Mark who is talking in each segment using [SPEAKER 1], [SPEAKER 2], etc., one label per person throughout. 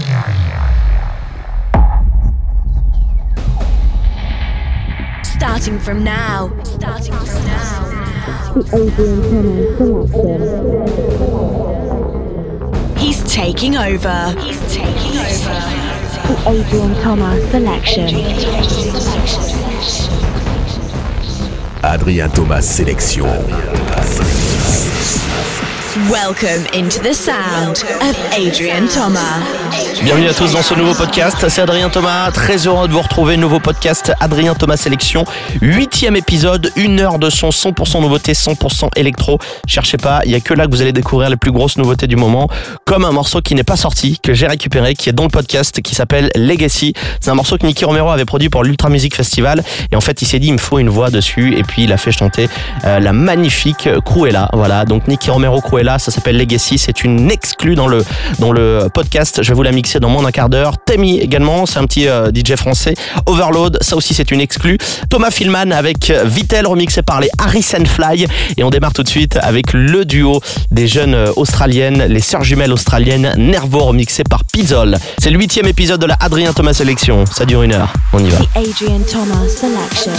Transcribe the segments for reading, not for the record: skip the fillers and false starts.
[SPEAKER 1] Starting from now.
[SPEAKER 2] The Adrian Thomas Selection.
[SPEAKER 1] He's taking over.
[SPEAKER 2] The Adrian Thomas Selection.
[SPEAKER 3] Adrien Thomas Sélection.
[SPEAKER 1] Welcome into the sound of Adrien Thomas.
[SPEAKER 4] Bienvenue à tous dans ce nouveau podcast, c'est Adrien Thomas, très heureux de vous retrouver, nouveau podcast Adrien Thomas Sélection, 8e épisode, 1 heure de son 100% nouveauté, 100% électro, cherchez pas, il n'y a que là que vous allez découvrir les plus grosses nouveautés du moment, comme un morceau qui n'est pas sorti, que j'ai récupéré, qui est dans le podcast, qui s'appelle Legacy, c'est un morceau que Nicky Romero avait produit pour l'Ultra Music Festival, et en fait il s'est dit il me faut une voix dessus, et puis il a fait chanter la magnifique Cruella, voilà, donc Nicky Romero Cruella, ça s'appelle Legacy, c'est une exclue dans le podcast, je vais vous la mixer dans moins d'un quart d'heure. Temi également, c'est un petit DJ français. Overload, ça aussi c'est une exclue. Thomas Filman avec Vittel remixé par les Harris & Fly. Et on démarre tout de suite avec le duo des jeunes australiennes, les sœurs jumelles australiennes, Nervo remixé par Pizzol. C'est le 8e épisode de la Adrien Thomas Sélection. Ça dure 1 heure. On y va.
[SPEAKER 2] The Adrien Thomas Selection.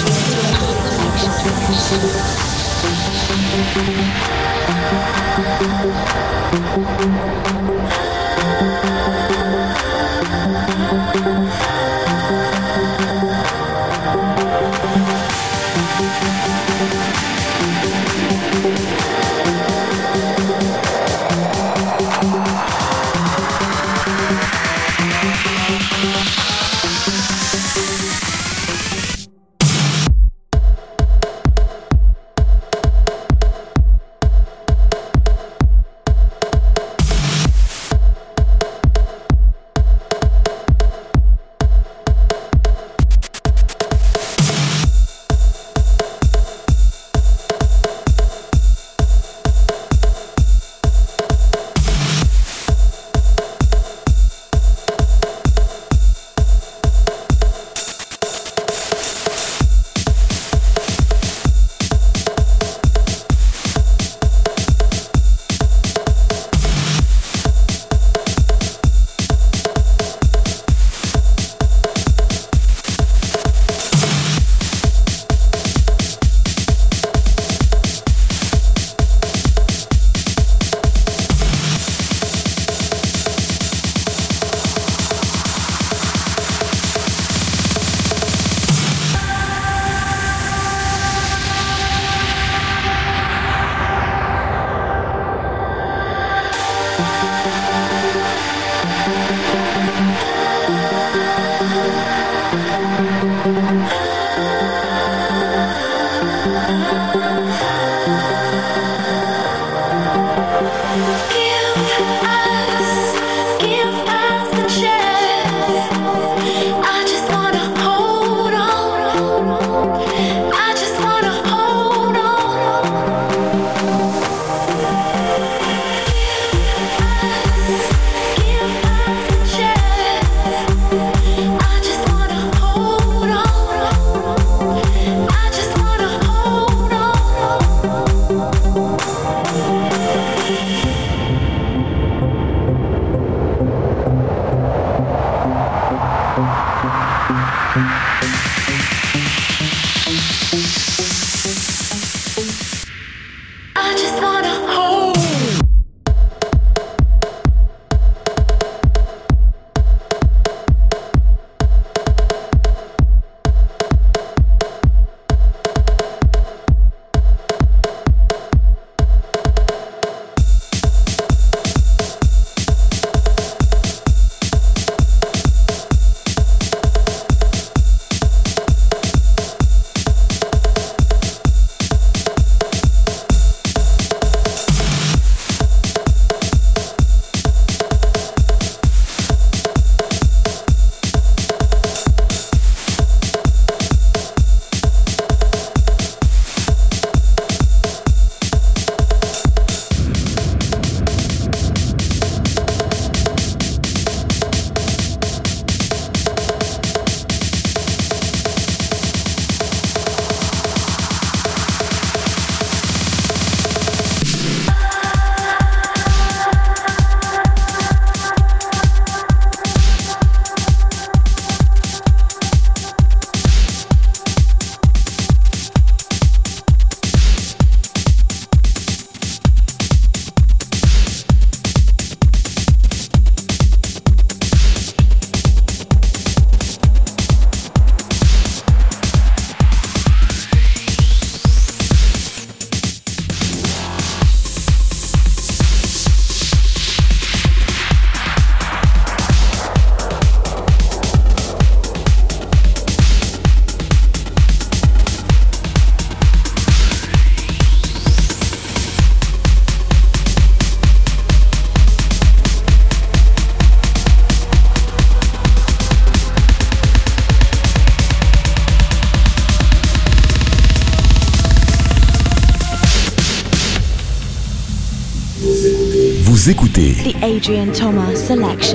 [SPEAKER 3] Vous écoutez
[SPEAKER 2] The Adrian Thomas Selection.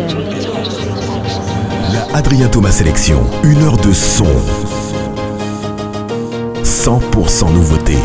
[SPEAKER 3] la Adrien Thomas Sélection. 1 heure de son. 100% nouveauté.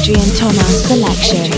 [SPEAKER 2] Adrian Thomas Selection.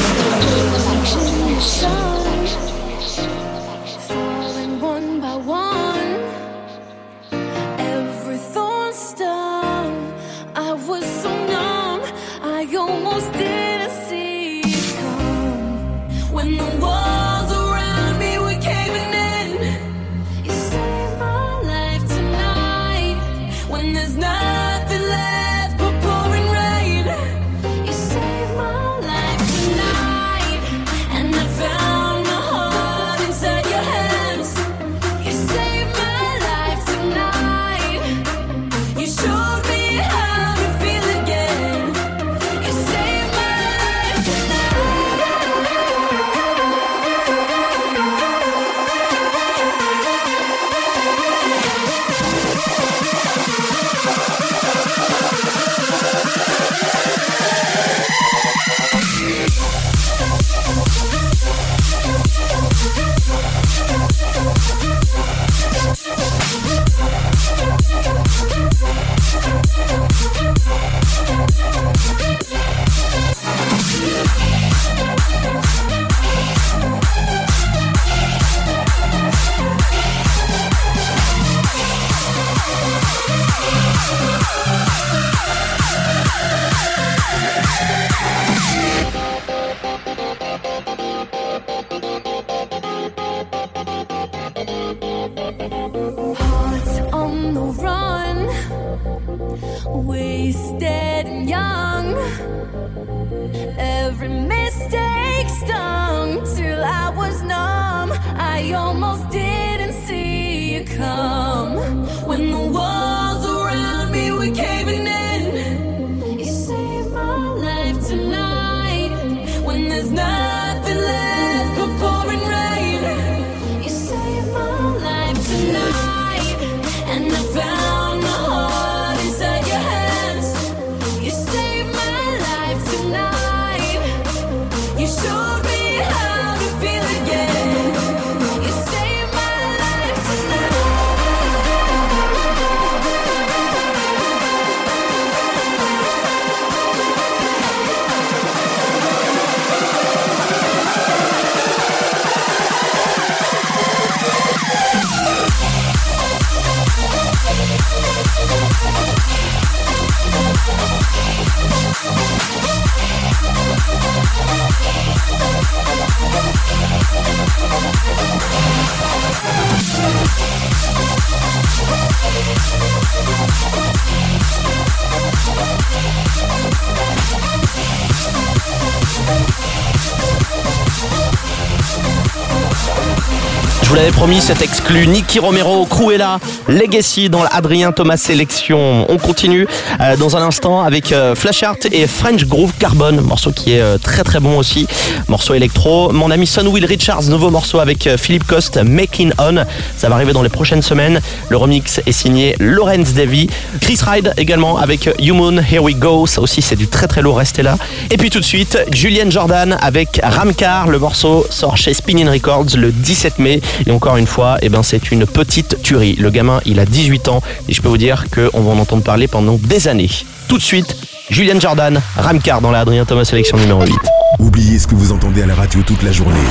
[SPEAKER 4] Je vous l'avais promis, cet exclu Nicky Romero, Cruella, Legacy dans l'Adrien Thomas Sélection. On continue dans un instant avec Flash Art et French Groove Carbon, morceau qui est très très bon aussi, morceau électro. Mon ami Son Will Richards, nouveau morceau avec Philip Coste, Making On, ça va arriver dans les prochaines semaines. Le remix est signé Lawrence Davy. Chris Ride également avec Human, Here We Go, ça aussi c'est du très très lourd, restez là. Et puis tout de suite, Julian Jordan avec Ramcar, le morceau sort chez Spinnin' Records le 17 mai. Et encore une fois, c'est une petite tuerie. Le gamin, il a 18 ans et je peux vous dire qu'on va en entendre parler pendant des années. Tout de suite, Julian Jordan, Ramcar dans la Adrien Thomas Sélection numéro 8.
[SPEAKER 3] Oubliez ce que vous entendez à la radio toute la journée.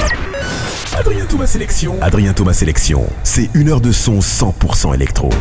[SPEAKER 3] Adrien Thomas Sélection. Adrien Thomas Sélection, c'est 1 heure de son 100% électro.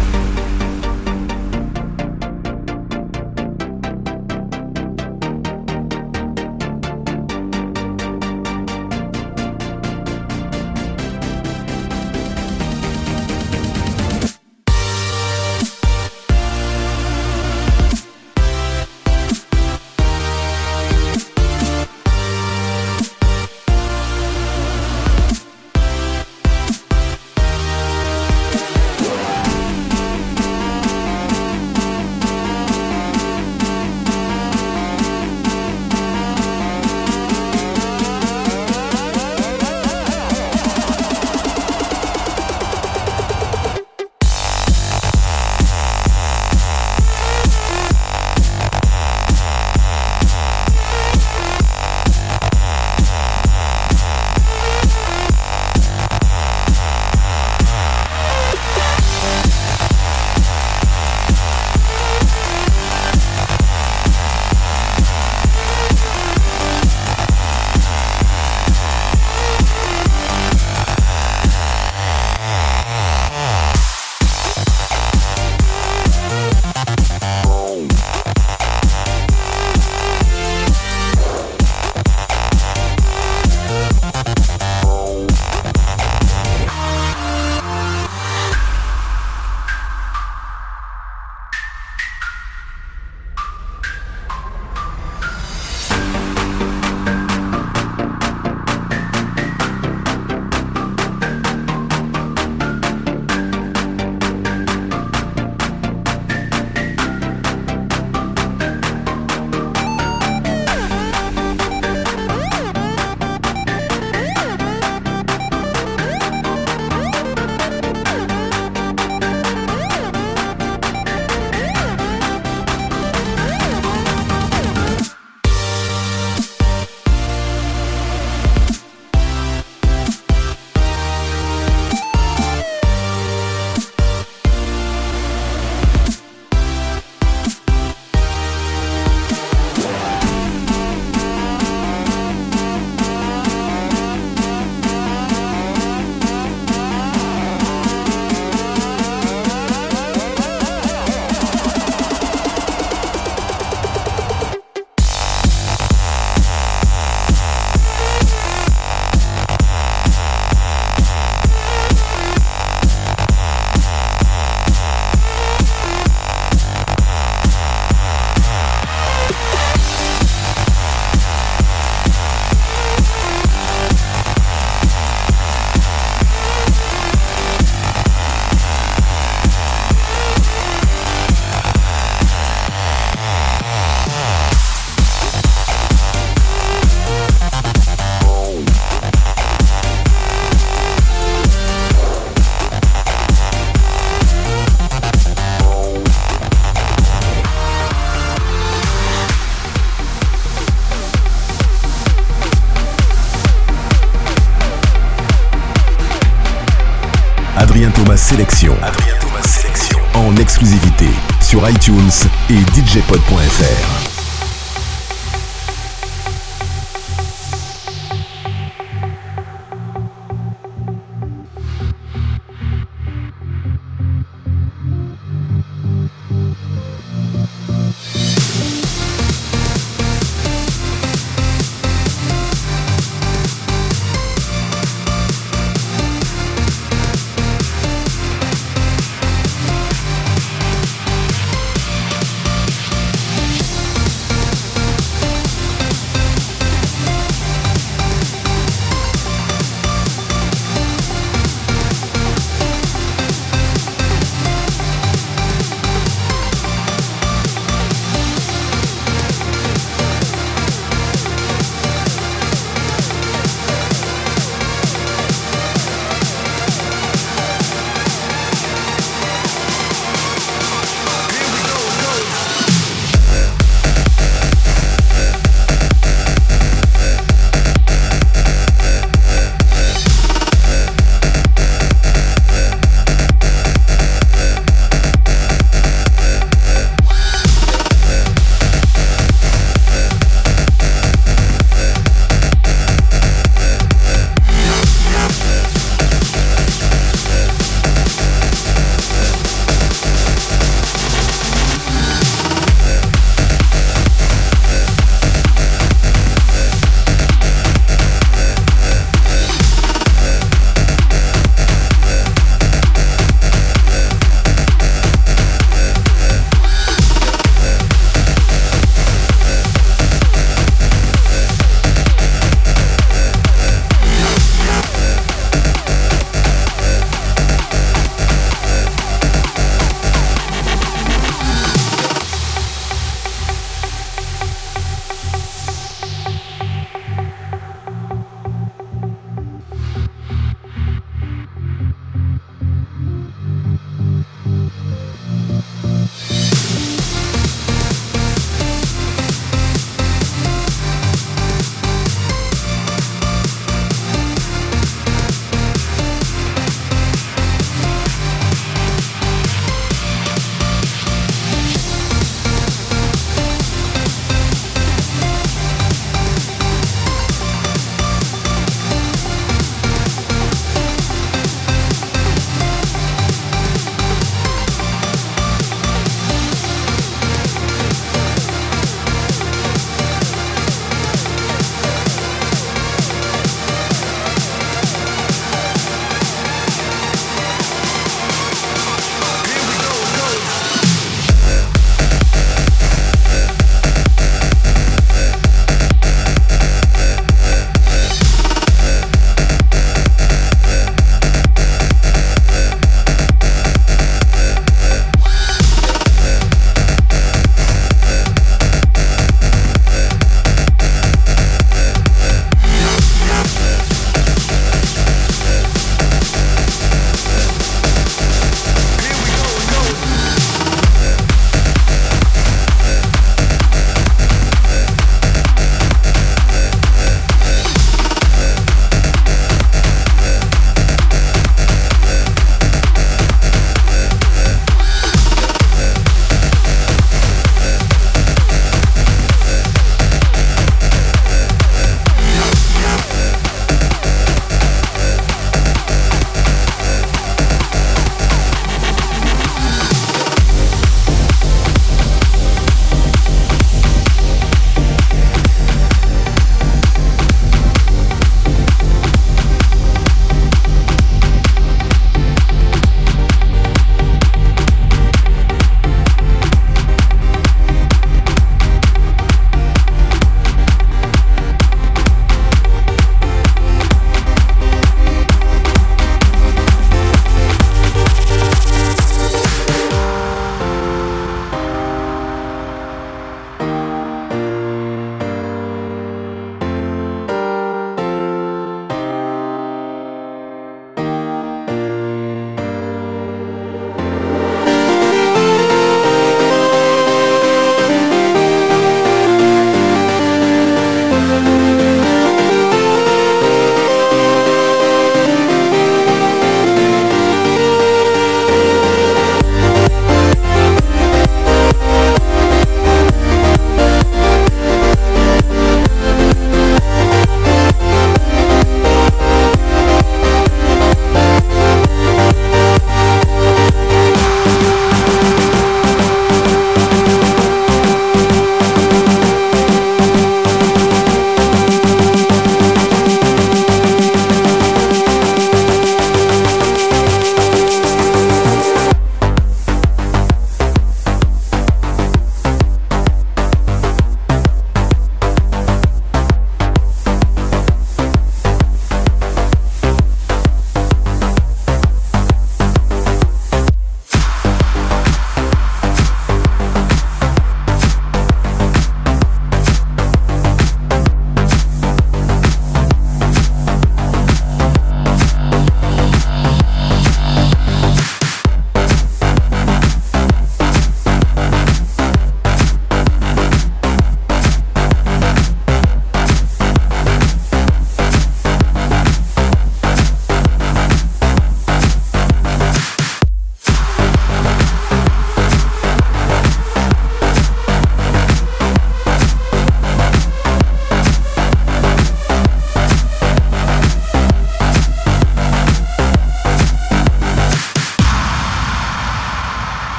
[SPEAKER 3] Adrien Thomas Sélection. En exclusivité sur iTunes et djpod.fr.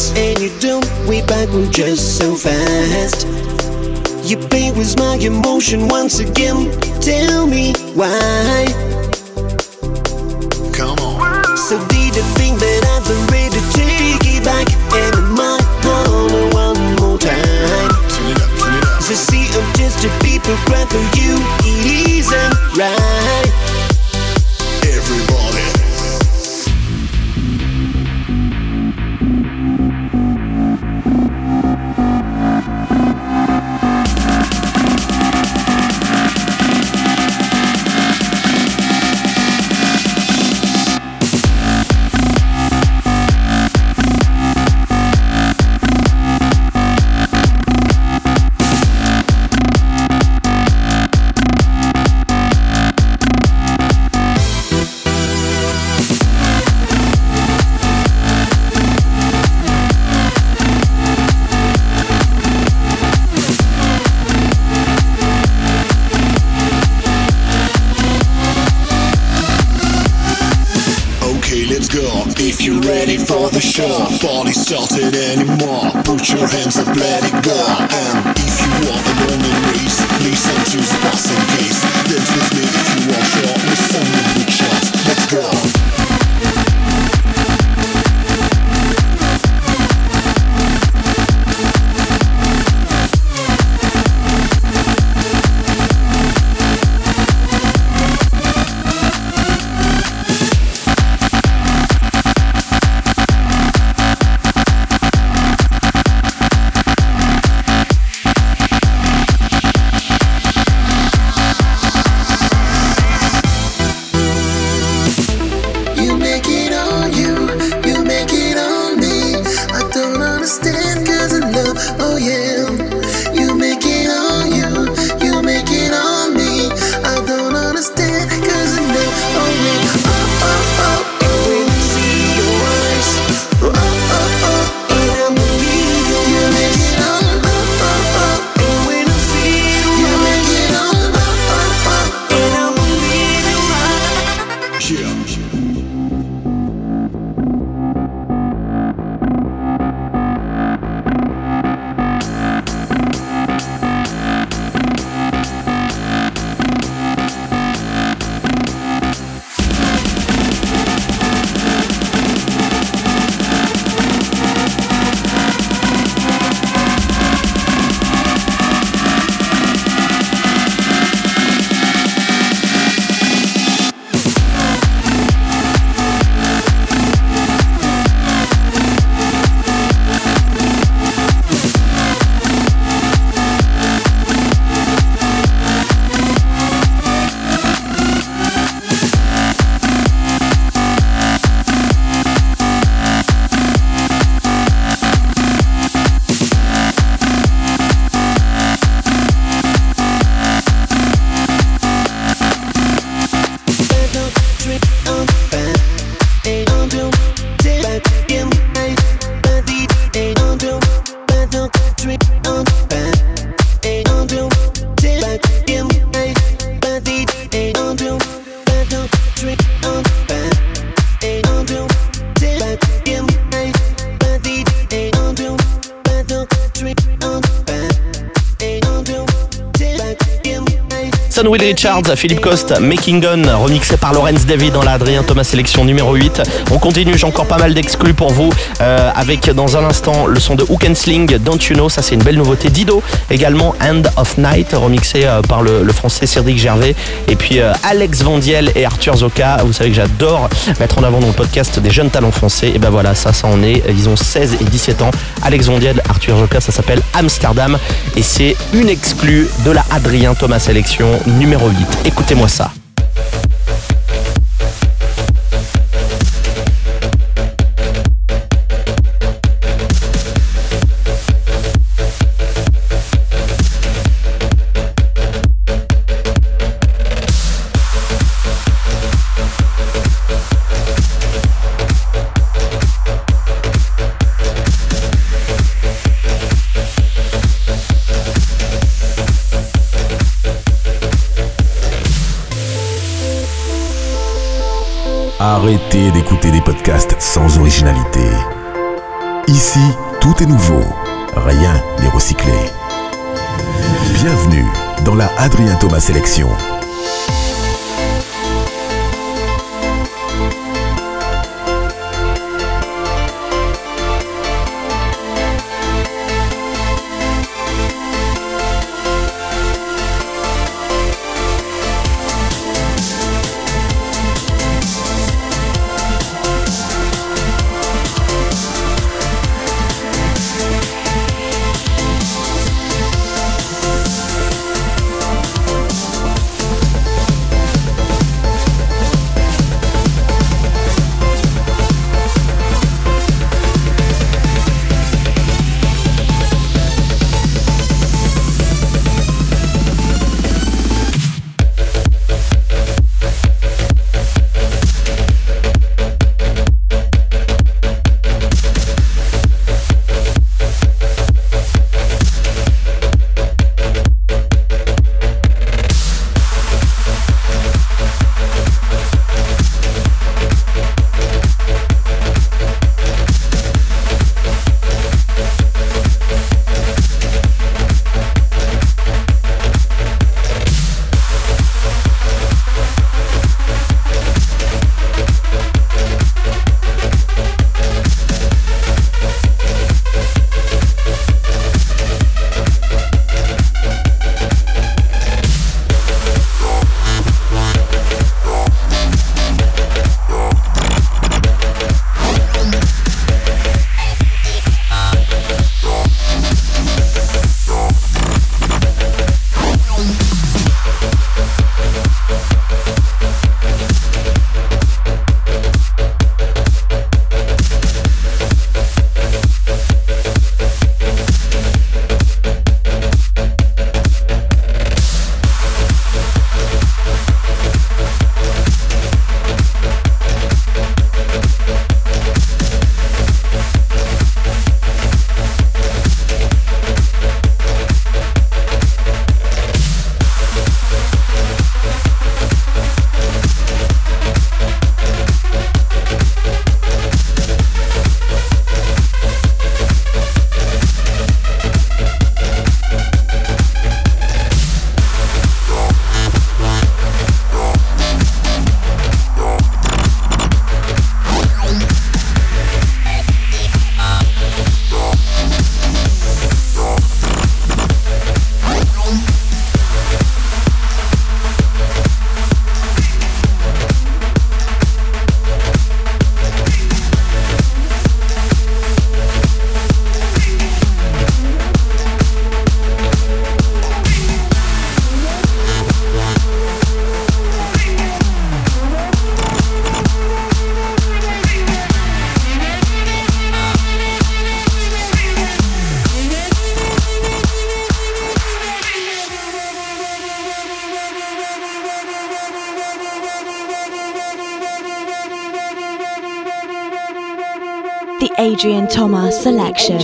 [SPEAKER 5] face, and you don't way back when just so fast. You play with my emotion once again. Tell me why.
[SPEAKER 6] Come on.
[SPEAKER 5] So did you think that I've been ready to take it back? And am I calling one more time?
[SPEAKER 6] Turn it up, turn it up.
[SPEAKER 5] So see, I'm just a people cry for you. It isn't right.
[SPEAKER 6] Everybody. If you're ready for the show, party started anymore. Put your hands up, let it go. And if you want a moment race, listen to the passing case. Dance with me if you want short, listen with big shots. Let's go.
[SPEAKER 4] Will Richards, Philippe Coste, Making Gun, remixé par Laurence David dans la Adrien Thomas sélection numéro 8. On continue, j'ai encore pas mal d'exclus pour vous, avec dans un instant le son de Hook and Sling, Don't You Know, ça c'est une belle nouveauté. Dido, également End of Night, remixé par le français Cédric Gervais. Et puis Alex Vandiel et Arthur Zoka, vous savez que j'adore mettre en avant dans le podcast des jeunes talents français. Et ben voilà, ça en est, ils ont 16 et 17 ans. Alex Vandiel, Arthur Zoka, ça s'appelle Amsterdam. Et c'est une exclue de la Adrien Thomas sélection numéro 8. Écoutez-moi ça.
[SPEAKER 3] Arrêtez d'écouter des podcasts sans originalité. Ici, tout est nouveau. Rien n'est recyclé. Bienvenue dans la Adrien Thomas Sélection.
[SPEAKER 2] The Adrien Thomas Selection.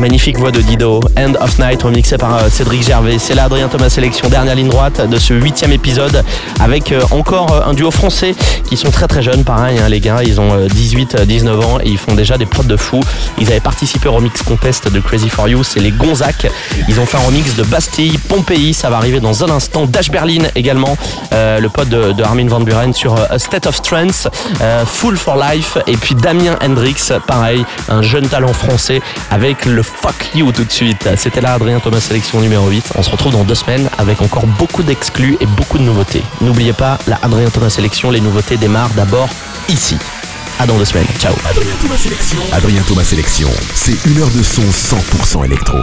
[SPEAKER 4] Magnifique voix de Dido, End of Night remixé par Cédric Gervais. C'est là Adrien Thomas Sélection, dernière ligne droite de ce 8e épisode avec encore un duo français qui sont très très jeunes, pareil hein, les gars, ils ont 18-19 ans et ils font déjà des prods de fou. Ils avaient participé au remix contest de Crazy For You, c'est les Gonzac. Ils ont fait un remix de Bastille, Pompéi, ça va arriver dans un instant. Dash Berlin également, le pote de Armin van Buuren sur A State of Trance, Full for Life, et puis Damien Hendrix, pareil, un jeune talent français avec le Fuck You tout de suite. C'était là Adrien Thomas Sélection numéro 8. On se retrouve dans 2 semaines avec encore beaucoup d'exclus et beaucoup de nouveautés. N'oubliez pas, la Adrien Thomas Sélection, les nouveautés démarrent d'abord ici. À dans 2 semaines. Ciao.
[SPEAKER 3] Adrien Thomas Sélection. Adrien Thomas Sélection. C'est 1 heure de son 100% électro.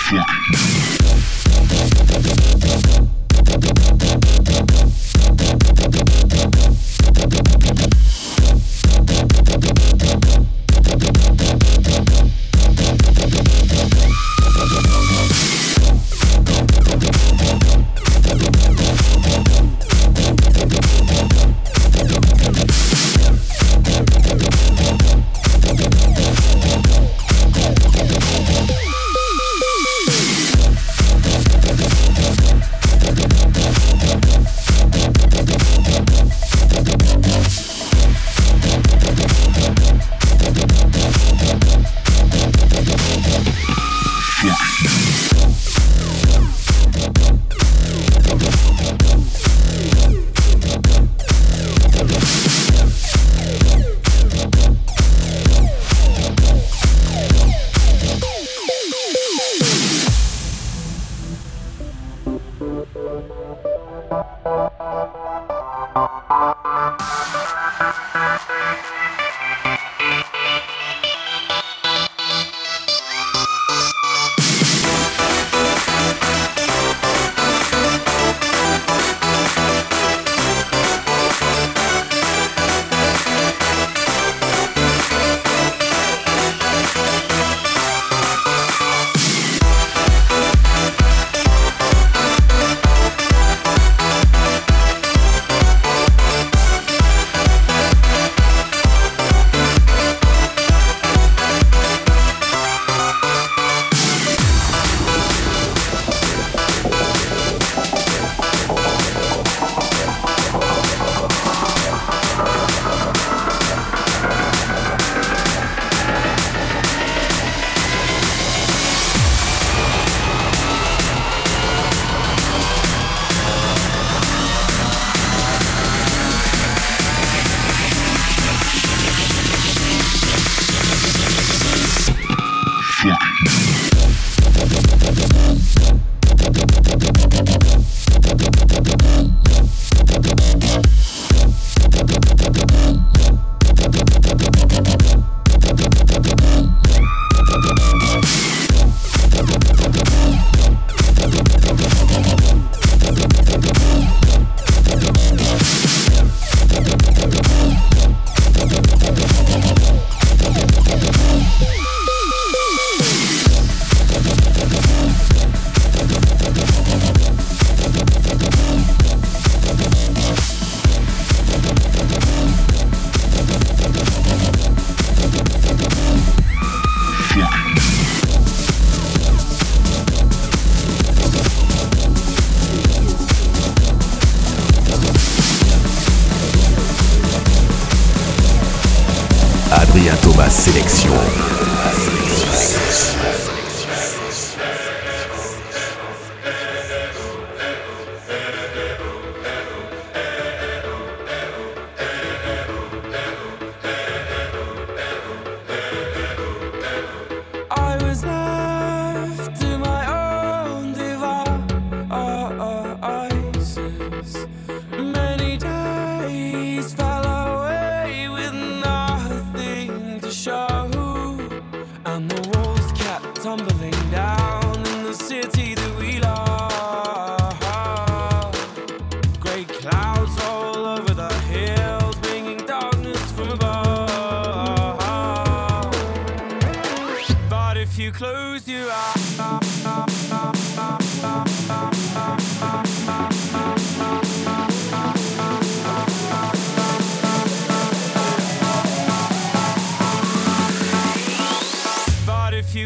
[SPEAKER 3] Adrien Thomas Sélection.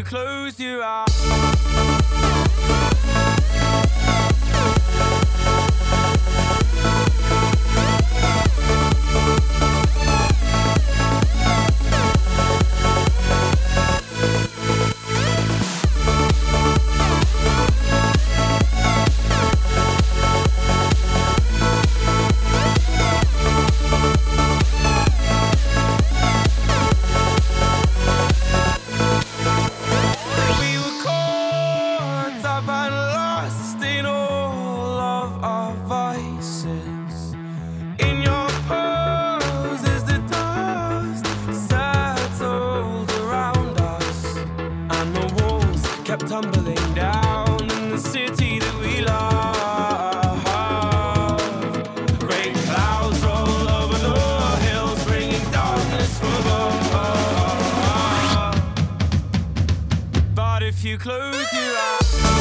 [SPEAKER 7] you close your eyes. Tumbling down in the city that we love. Great clouds roll over the hills, bringing darkness from above. But if you close your eyes,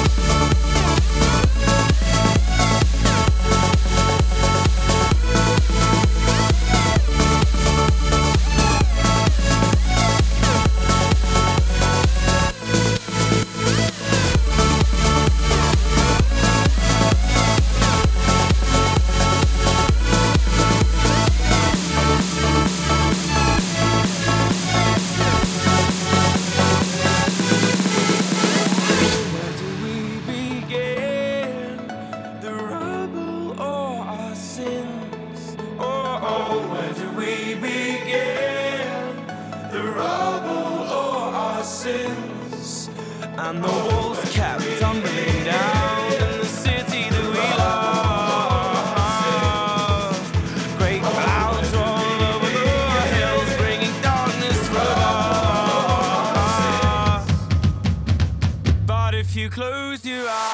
[SPEAKER 7] and the walls kept tumbling down in the city that we love. Great clouds roll over the hills, bringing darkness from above. But if you close your eyes,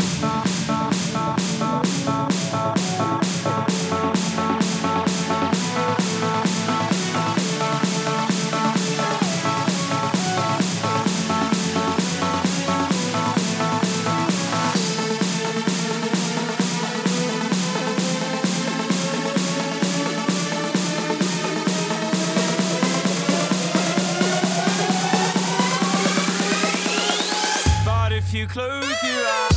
[SPEAKER 7] if you close your eyes.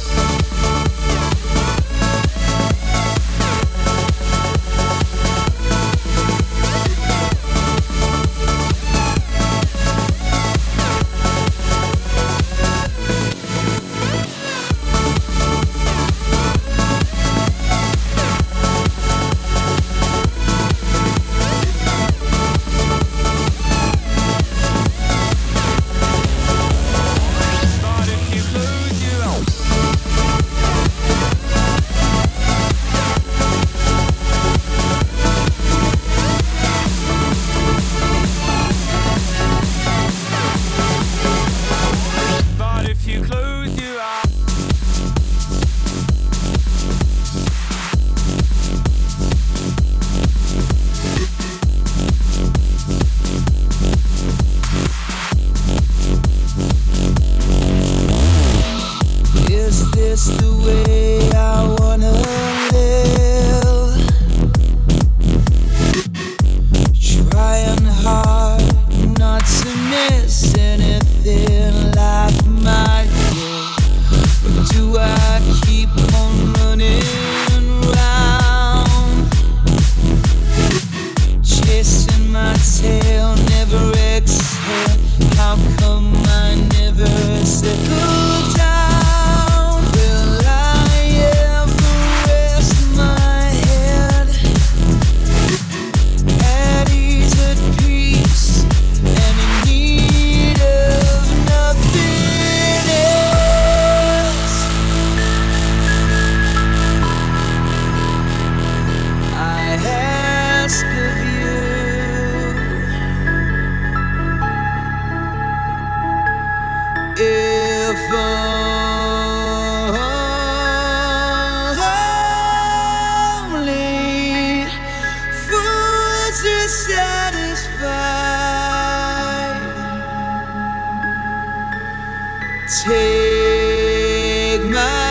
[SPEAKER 8] Take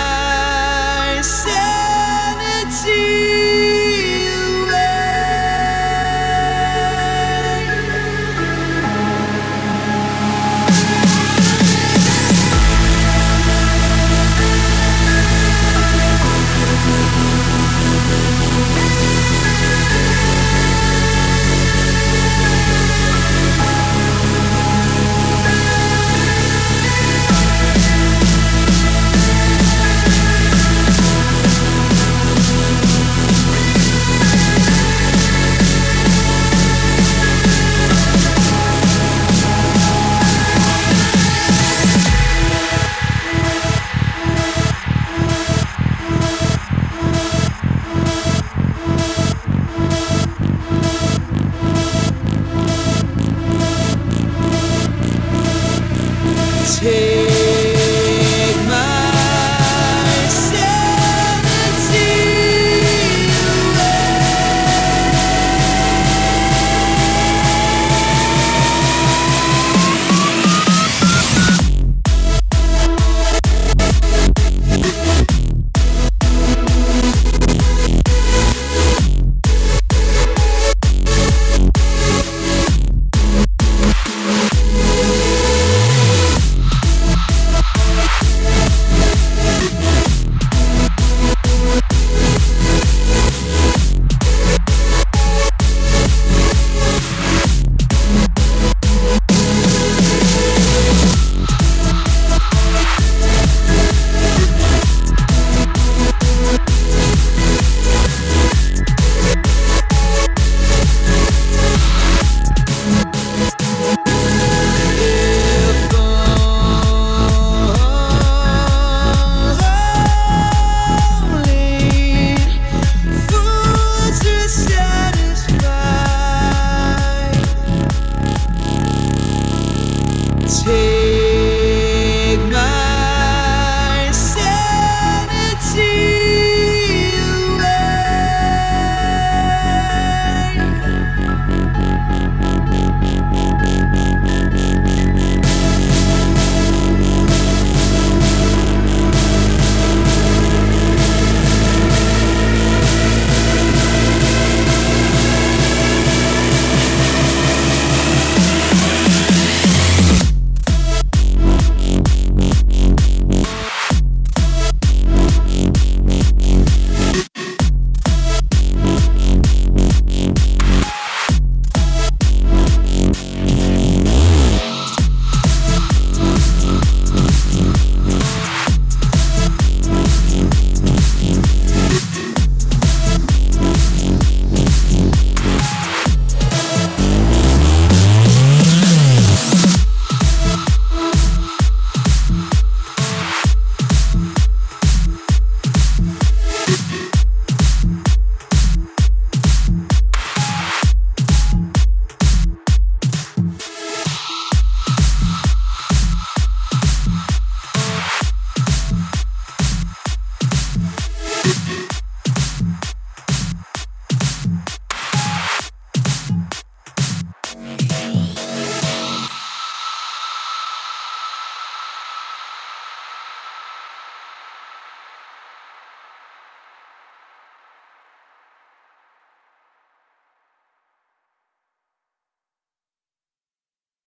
[SPEAKER 8] my sanity away. is here.